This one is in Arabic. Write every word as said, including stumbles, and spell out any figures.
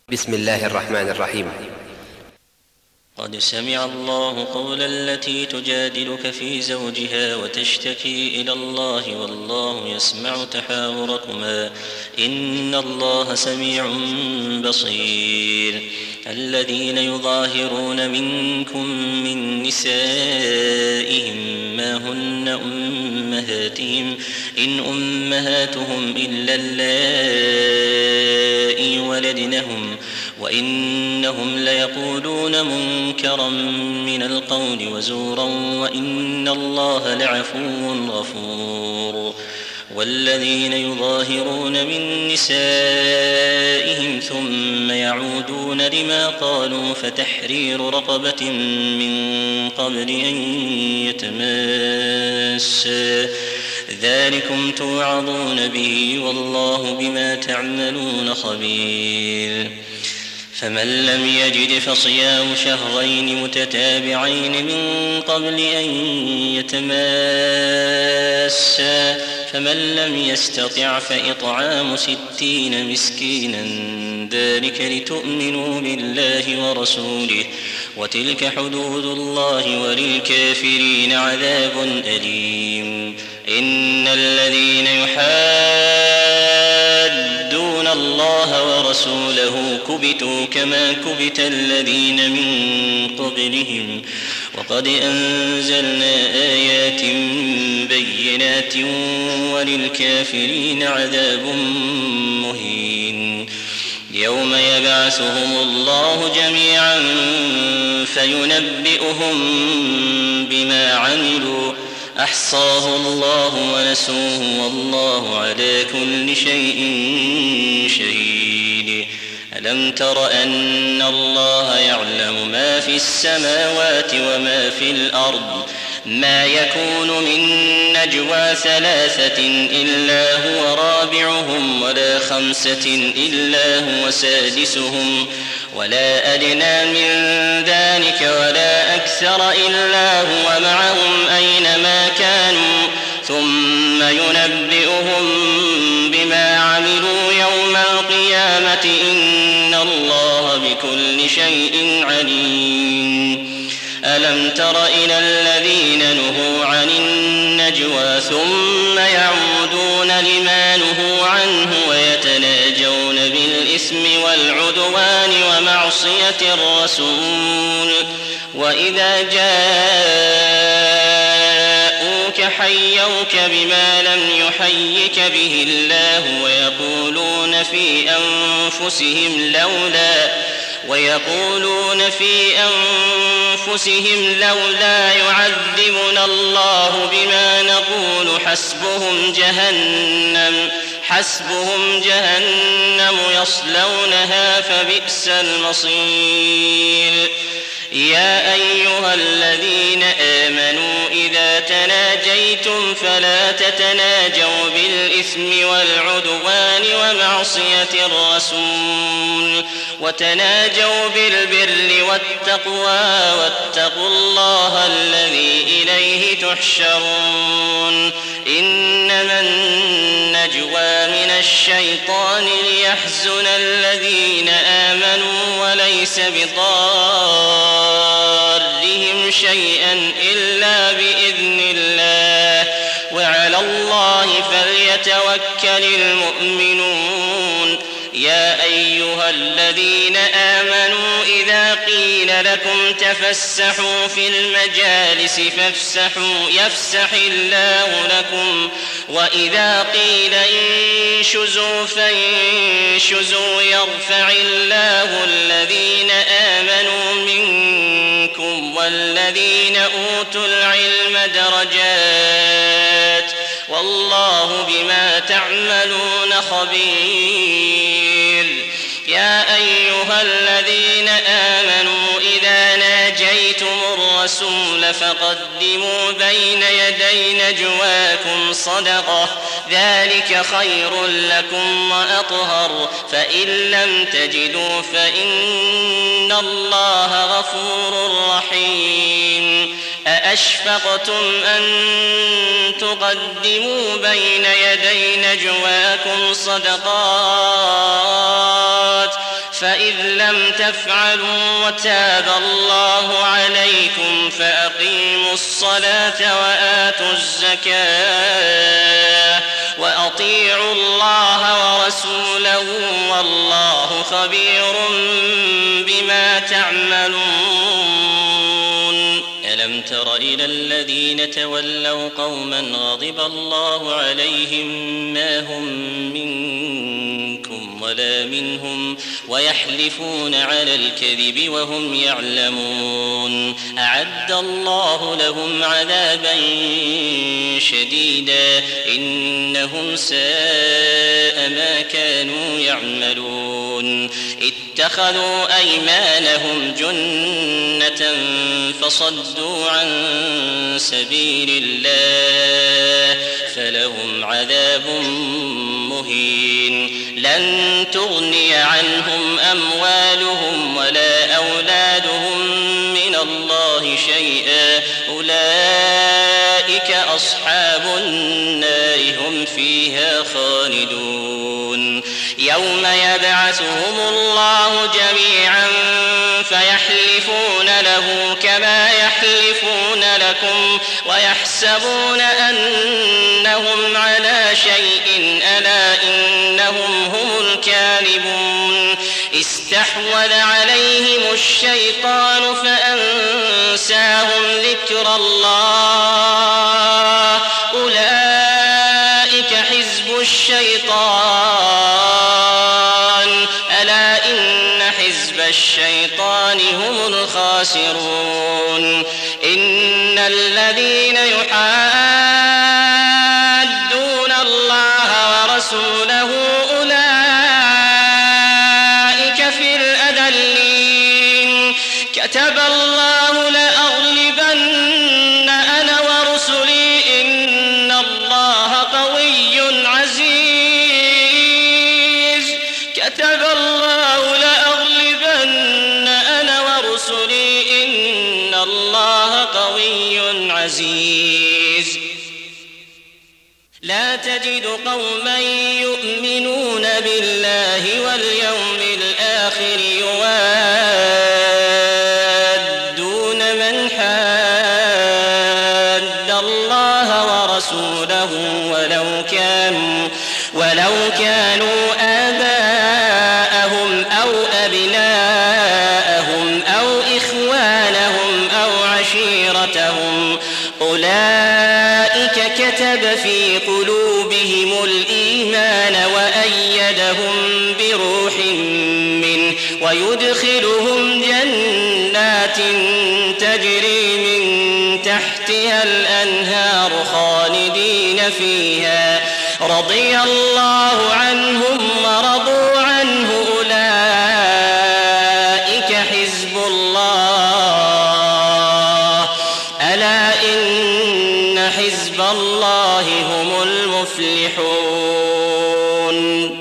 بسم الله الرحمن الرحيم. قد سمع الله قول التي تجادلك في زوجها وتشتكي إلى الله والله يسمع تحاوركما إن الله سميع بصير. الذين يظاهرون منكم من نسائهم ما هن أمهاتهم إن أمهاتهم إلا اللائي ولدنهم وإنهم ليقولون منكرا من القول وزورا وإن الله لعفو غفور. والذين يظاهرون من نسائهم ثم يعودون لما قالوا فتحرير رقبة من قبل أن يتماسا ذلكم توعظون به والله بما تعملون خبير. فمن لم يجد فصيام شهرين متتابعين من قبل أن يتماسا فمن لم يستطع فإطعام ستين مسكينا ذلك لتؤمنوا بالله ورسوله وتلك حدود الله وللكافرين عذاب أليم. إن الذين يحادون الله ورسوله كبتوا كما كبت الذين من قبلهم وقد أنزلنا آيات بينات وللكافرين عذاب مهين. يوم يبعثهم الله جميعا فينبئهم بما عملوا أحصاه الله ونسوه والله على كل شيء شهيد. ألم تر أن الله يعلم ما في السماوات وما في الأرض ما يكون من نجوى ثلاثة إلا هو رابعهم ولا خمسة إلا هو سادسهم ولا أدنى من ذلك ولا أكثر إلا هو معهم أينما كانوا ثم ينبئهم بما عملوا يوم القيامة إن الله بكل شيء عليم. ألم تر إلى الذين نهوا عن النجوى ثم يعودون لما نهوا عنه ويتناجون بالإثم والعدوان ومعصية الرسول وإذا جاءوك حيوك بما لم يحيك به الله ويقولون في أنفسهم لولا ويقولون في أنفسهم لولا يعذبنا الله بما نقول حسبهم جهنم حسبهم جهنم يصلونها فبئس المصير. يا أيها الذين آمنوا إذا تناجيتم فلا تتناجوا بالإثم والعدوان ومعصية الرسول وتناجوا بالبر والتقوى واتقوا الله الذي إليه تحشرون. إنما النجوى من الشيطان ليحزن الذين آمنوا وليس بضارهم شيئا إلا بإذن الله وعلى الله فليتوكل المؤمنون. يا أيها الذين آمنوا إذا قيل لكم تفسحوا في المجالس فافسحوا يفسح الله لكم وإذا قيل انشزوا فانشزوا يرفع الله الذين آمنوا منكم والذين أوتوا العلم درجات والله بما تعملون خبير. يا أيها الذين آمنوا إذا ناجيتم الرسول فقدموا بين يدي نجواكم صدقة ذلك خير لكم وأطهر فإن لم تجدوا فإن الله غفور رحيم. أأشفقتم أن تقدموا بين يدي نجواكم صدقات فإذ لم تفعلوا وتاب الله عليكم فأقيموا الصلاة وآتوا الزكاة وأطيعوا الله ورسوله والله خبير بما تعملون. ألم تر إلى الذين تولوا قوما غضب الله عليهم ما هم منكم ولا منهم ويحلفون على الكذب وهم يعلمون أعد الله لهم عذابا شديدا إنهم ساء ما كانوا يعملون. اتخذوا أيمانهم جنة فصدوا عن سبيل الله فلهم عذاب مهين. لن تغني عنهم أموالهم ولا أولادهم من الله شيئا أولئك أصحاب النار هم فيها خالدون. يوم يبعثهم الله جميعا فيحلفون له كما يحلفون لكم ويحسبون أنهم على شيء ألا إنهم هم الكاذبون. استحوذ عليهم الشيطان فأنساهم ذكر الله أولئك حزب الشيطان ألا إن حزب الشيطان هم الخاسرون. إن الذين يحادون الله ورسوله أولئك في الأذلين. كتب الله لأغلبن أنا ورسلي إن الله قوي عزيز. كتب الله لأغلبن أنا ورسلي إن الله قوي عزيز. لا تجد قوما يؤمنون بالله واليوم الآخر يوادون من حاد الله ورسوله ولو كانوا ولو كانوا آباءهم أو أبناءهم أو إخوانهم أو عشيرتهم أولئك كتب في قلوبهم الإيمان وأيدهم بروح منه ويدخلهم جنات تجري من تحتها الأنهار خالدين فيها رضي الله عنهم ورضوا عنه أولئك حزب الله ألا إن حزب الله هم المفلحون.